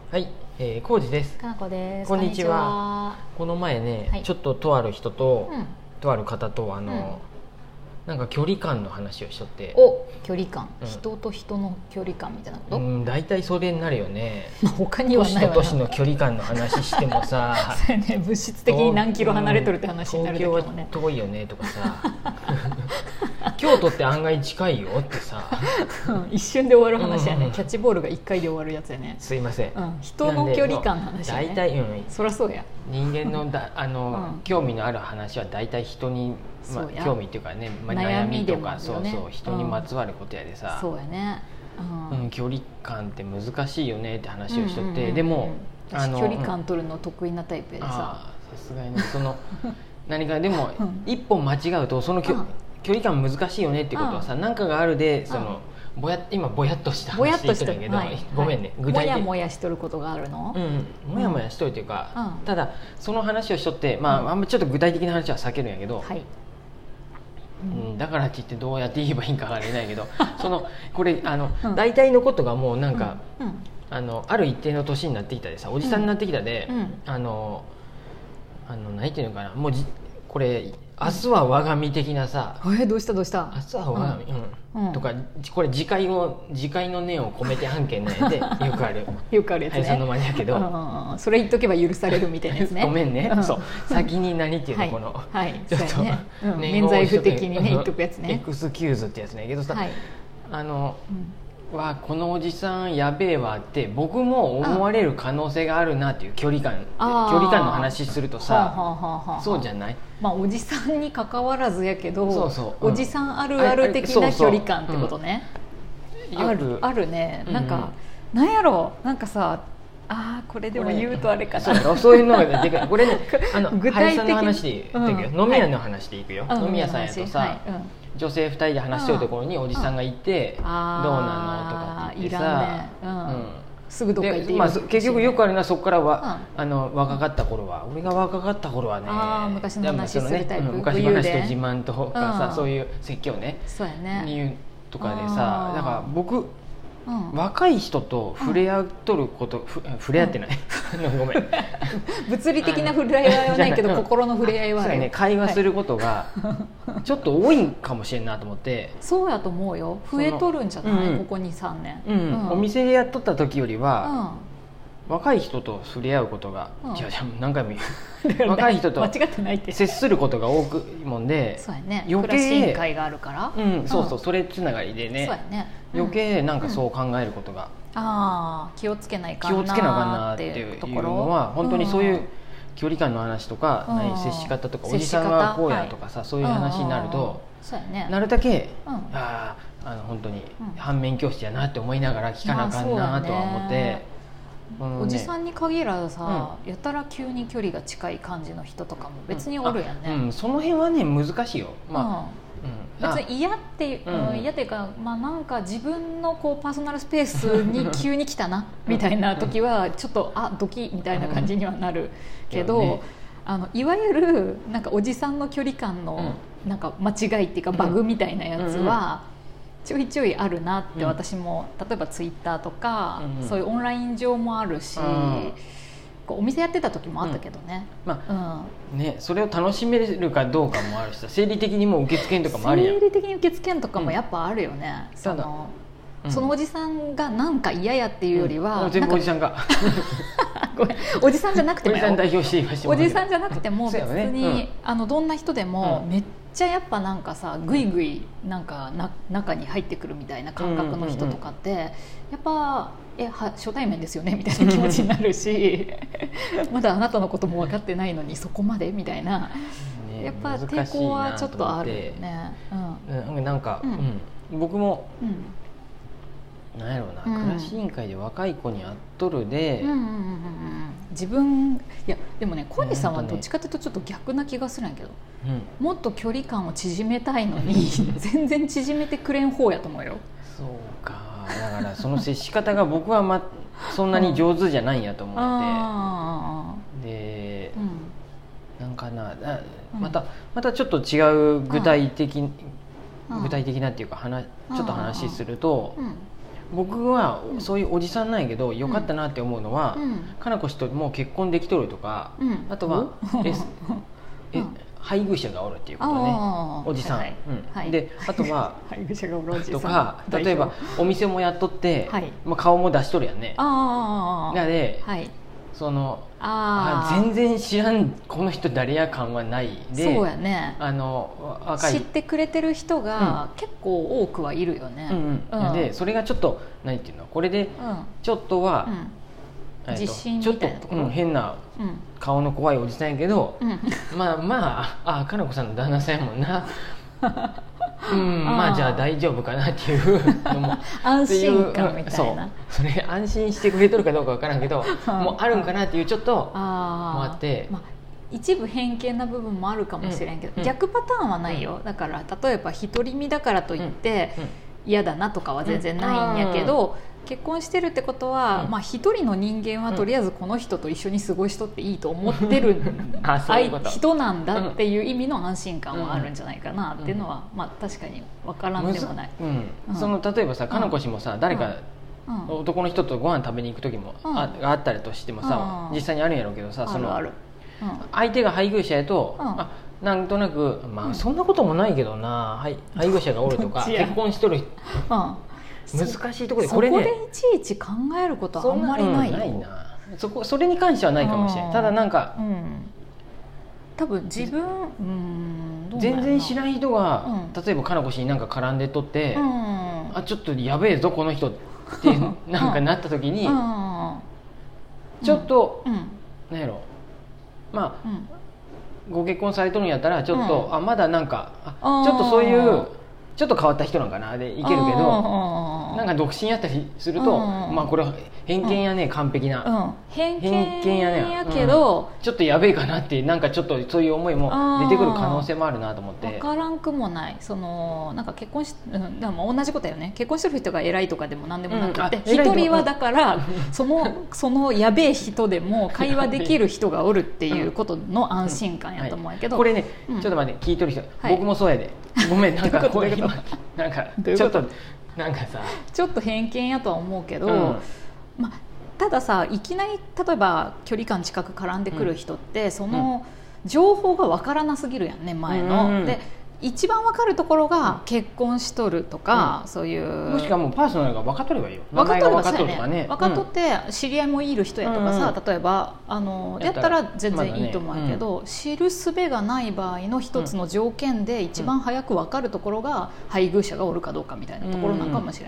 はい、浩二です。 かなこです。 こんにちは。この前ね、 はい、 ちょっととある人と、とある方となんか距離感の話をしとって。 お、距離感、人と人の距離感みたいなこと？ 大体それになるよね。 他にはないわな。 都市の距離感の話してもさそうね、物質的に何キロ離れとるって話になるだけどね。 東京は遠いよねとかさ京都って案外近いよってさ一瞬で終わる話やね、キャッチボールが1回で終わるやつやね。 すいません、 人の距離感の話やね。 大体、 そりゃそうや。 人間の興味のある話は大体人に、興味っていうかね、悩みとか、そうそう、人にまつわることやでさ、 そうやね、 距離感って難しいよねって話をしとって、でも距離感取るの得意なタイプやでさ、 さすがにその何かでも一本間違うとその距離感難しいよねってことはさ、何かがあるでその今ぼやっとした話してるんだけど、ごめんね、具体的にもやもやしとることがあるの？ もやもやしとるというか、ただその話をしとって、あんまりちょっと具体的な話は避けるんやけど、だからって言ってどうやって言えばいいんかがあれないけどこれ大体のことがもうなんか、ある一定の年になってきたでさ、おじさんになってきたで、何ていうのかな、もうこれ明日は我が身的なさ、 どうした明日は我が身、とか、これ自戒の念を込めて案件なんでよくあるよくあるやつね、 そのまにやけど、 それ言っとけば許されるみたいなやつねごめんね、そう先に何っていうの、このちょっと免罪符的にね言っとくやつね、 エクスキューズってやつねけどさ、このおじさんやべえわって僕も思われる可能性があるなっていう距離感の話するとさ、そうじゃない？ おじさんに関わらずやけど、 おじさんあるある的な距離感ってことね。あるね。なんかなんやろ、なんかさ、これでも言うとあれかな、 そういうのがでかい。これね、 具体的の話で言うけど、飲み屋の話でいくよ。飲み屋さんやとさ、女性2人で話してるところにおじさんがいて、どうなのとかって言ってさ、 すぐどっか行っていいよ、 結局よくあるのは、そこからは若かった頃は、俺が若かった頃はね、 昔の話するタイプ、 昔話と自慢とかさ、そういう説教ね、 そうやね、 言うとかでさ、だから僕若い人と触れ合っとること、触れ合ってないごめん物理的な触れ合いはないけど心の触れ合いはある、 会話することがちょっと多いかもしれんなと思って、 そうやと思うよ、増えとるんじゃない、ここ 2,3 年、 お店でやっとった時よりは、若い人と触れ合うことが、何回も言う若い人と接することが多くもんで、 余計会があるから、 それつながりでね、余計なんかそう考えることが、 気をつけないかなっていうところは、 本当にそういう距離感の話とか、接し方とか、おじさんがこうやとかさ、そういう話になると、なるだけ本当に反面教師やなって思いながら聞かなあかんなとは思って。 おじさんに限らずさ、やたら急に距離が近い感じの人とかも別におるやんね、 その辺はね難しいよ、 別に嫌っていうか、なんか自分のこうパーソナルスペースに急に来たなみたいな時はちょっとドキみたいな感じにはなるけど、いわゆるなんかおじさんの距離感のなんか間違いっていうかバグみたいなやつはちょいちょいあるなって私も、例えばツイッターとか、そういうオンライン上もあるし、お店やってた時もあったけどね、 それを楽しめるかどうかもあるしさ、生理的にもう受け付けんとかもあるやん、 生理的に受け付けんとかもやっぱあるよね、そのおじさんがなんか嫌やっていうよりは、 全部おじさんがごめん、おじさんじゃなくてもおじさん代表して言いました、 おじさんじゃなくても別にどんな人でもめっちゃやっぱなんかさ、ぐいぐいなんか中に入ってくるみたいな感覚の人とかって、やっぱ初対面ですよねみたいな気持ちになるしまだあなたのことも分かってないのにそこまでみたいな、やっぱ抵抗はちょっとあるよね。 なんか僕もなんやろうな、クラシ委員会で若い子に会っとるで、 自分いやでもね、小西さんはどっちかというとちょっと逆な気がするんやけど、もっと距離感を縮めたいのに全然縮めてくれん方やと思うよ。 そうか、だからその接し方が僕はそんなに上手じゃないんやと思って、でなんかな、またちょっと違う具体的なっていうかちょっと話すると、 僕はそういうおじさんなんやけど、よかったなって思うのは、かなこ氏ともう結婚できとるとか、あとは配偶者がおるっていうことね、おじさん、であとは配偶者がおるおじさんとか、例えばお店もやっとって、顔も出しとるやんね。で、その全然知らんこの人誰や感はないで、 そうやね、 若い知ってくれてる人が結構多くはいるよね。 でそれがちょっと何ていうの、これでちょっとは自信みたいなところ、 変な顔の怖いおじさんやけど、まあかなこさんの旦那さんやもんなまあじゃあ大丈夫かなっていうのも安心感みたいな、 それ安心してくれとるかどうかわからんけどもうあるんかなっていうちょっともあって、 一部偏見な部分もあるかもしれんけど、逆パターンはないよ。だから例えば独り身だからといって嫌だなとかは全然ないんやけど、結婚してるってことは、一人の人間はとりあえずこの人と一緒に過ごしとっていいと思ってる人なんだっていう意味の安心感はあるんじゃないかなっていうのは、確かに分からんでもない。 例えばさ、かなこ氏もさ、誰か男の人とご飯食べに行く時もあったりとしてもさ、実際にあるんやろうけどさ、その相手が配偶者やと、なんとなくそんなこともないけどな、配偶者がおるとか結婚しとる難しいところで、これね、 そこでいちいち考えることはあんまりないよ。 ないな、それに関してはないかもしれない。ただなんか、 多分自分全然知らん人が、例えばかなこ氏になんか絡んでとって、ちょっとやべえぞこの人ってなんかなった時に、ちょっとなんやろ、ご結婚されとるんやったらちょっと、まだなんかちょっとそういうちょっと変わった人なんかなでいけるけど、なんか独身やったりすると、これ偏見やね、完璧な、 偏見やけど、 ちょっとやべえかなって、なんかちょっとそういう思いも出てくる可能性もあるなと思って。 分からんくもない。なんか結婚し、でも同じことよね。結婚してる人が偉いとかでも何でもなくて、一人はだからそのやべえ人でも会話できる人がおるっていうことの安心感やと思うけど、 これね、ちょっと待って、聞いとる人、僕もそうやで、ごめん、なんかこういうなんかちょっとなんかさ、 ちょっと偏見やとは思うけど、たださ、いきなり例えば距離感近く絡んでくる人って、その情報が分からなすぎるやんね、前の。で一番分かるところが結婚しとるとか、そういうもしくはもうパーソナルが分かっとればいいよ。 分かっとればそうやね、分かっとって知り合いもいる人やとかさ、例えばやったら全然いいと思うけど、知る術がない場合の一つの条件で一番早く分かるところが配偶者がおるかどうかみたいなところなんかもしれん。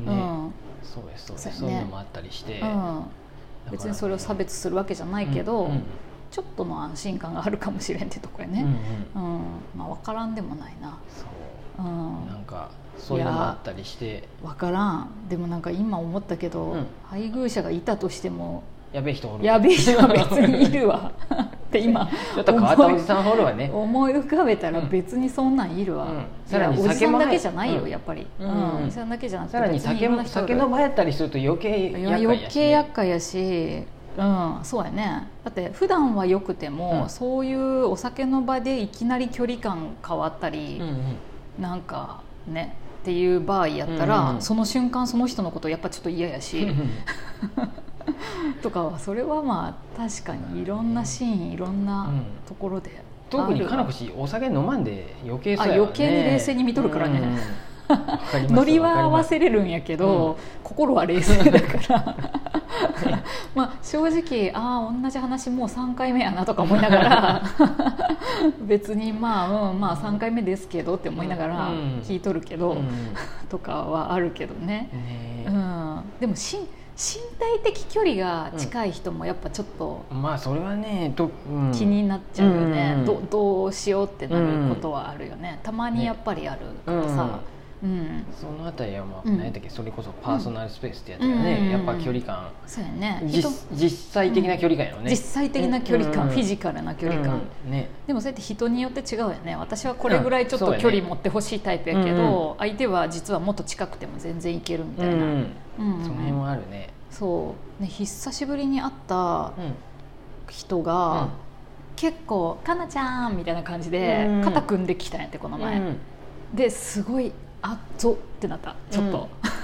そういうのもあったりして、 別にそれを差別するわけじゃないけど、ちょっとの安心感があるかもしれんってとこやね。分からんでもないな。 なんかそういうのもあったりして分からん。でもなんか今思ったけど、配偶者がいたとしてもやべえ人おる、 やべえ人は別にいるわって今ちょっと変わったおじさんおるわね。 思い浮かべたら別にそんなんいるわ。 さらにおじさんだけじだけやっぱり、おじさんだけじゃなくて、 さらに酒の場やったりすると余計厄介やし、そうやね。だって普段はよくても、そういうお酒の場でいきなり距離感変わったり、なんかねっていう場合やったら、その瞬間その人のことやっぱちょっと嫌やしとかは、それは確かにいろんなシーン、いろんなところで特にかなこ氏お酒飲まんで余計そうやね。 余計に冷静に見とるからね。ノリは合わせれるんやけど、心は冷静だから正直同じ話もう3回目やなとか思いながら別に3回目ですけどって思いながら聞いとるけど、とかはあるけどね。でも身体的距離が近い人もやっぱちょっとそれはね気になっちゃうよね。どうしようってなることはあるよね。たまにやっぱりあるからさ。 そのあたりは何やったっけ、それこそパーソナルスペースってやつよね。やっぱ距離感、 そうやね、 実際的な距離感やろね。 実際的な距離感、フィジカルな距離感、でもそうやって人によって違うよね。私はこれぐらいちょっと距離持ってほしいタイプやけど、相手は実はもっと近くても全然いけるみたいな、 その辺はあるね。 そうね、久しぶりに会った人が結構「かなちゃん」みたいな感じで肩組んできたんやって、この前。ですごいあっぞってなった、ちょっと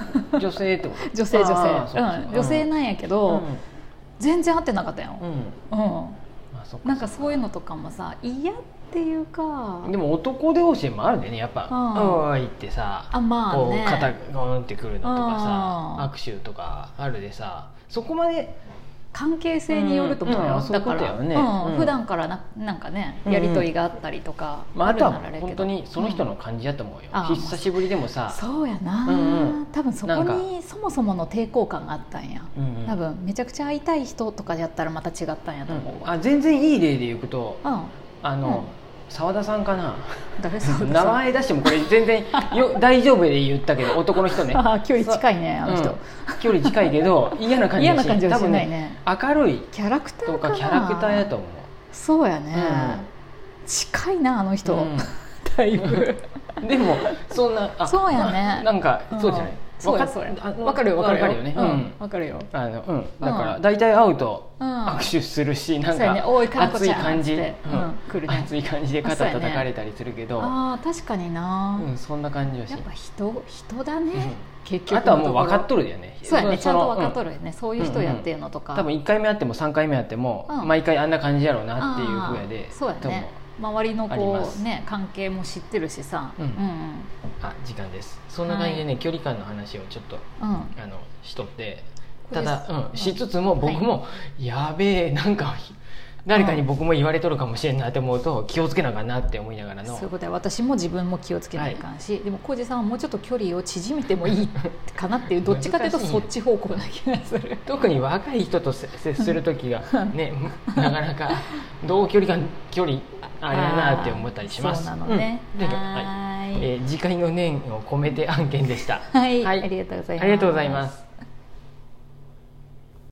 女性ってこと？ 女性、女性なんやけど、全然合ってなかったよ。なんかそういうのとかもさ嫌っていうか。 でも男同士もあるんだよねやっぱ。おいってさ、こう肩ゴンってくるのとかさ、握手とかあるでさ、そこまで関係性によると思うよ。だから普段からなんかねやり取りがあったりとかあとは本当にその人の感じだと思うよ。久しぶりでもさ。 そうやな。多分そこにそもそもの抵抗感があったんや。多分めちゃくちゃ会いたい人とかやったらまた違ったんやと思うわ。 全然いい例で言うと、澤田さんかな。 誰？ 名前出してもこれ全然大丈夫で言ったけど、男の人ね。 距離近いねあの人。 距離近いけど嫌な感じだし、 はしないね。 明るいキャラクターとかキャラクターやと思う。 そうやね。近いなあの人。だいぶ。 でもそんな。 そうやね。 なんかそうじゃない。 わかるよね。わかるよ。 だから大体会うと握手するし、なんか熱い感じ、熱い感じで肩叩かれたりするけど、 確かにな。 そんな感じはし。 やっぱ人だね。結局。 あとはもう分かっとるよね。 そうやね。ちゃんと分かっとるよね。そういう人やっていうのとか。 多分1回目あっても3回目あっても毎回あんな感じやろうなっていうふうやで。 そうやね。周りのこうね関係も知ってるしさ。 時間です。そんな感じでね、距離感の話をちょっとしとって、ただしつつも僕もやべえ、なんか誰かに僕も言われとるかもしれんなって思うと気をつけなあかんなって思いながらの。 そういうことは私も自分も気をつけないかんし、でも浩二さんはもうちょっと距離を縮めてもいいかなっていう、どっちかというとそっち方向な気がする。 特に若い人と接する時がねなかなか同距離あれやなって思ったりします。 そうなのね。 次回の念を込めて案件でした。 はい、ありがとうございます。 ありがとうございます。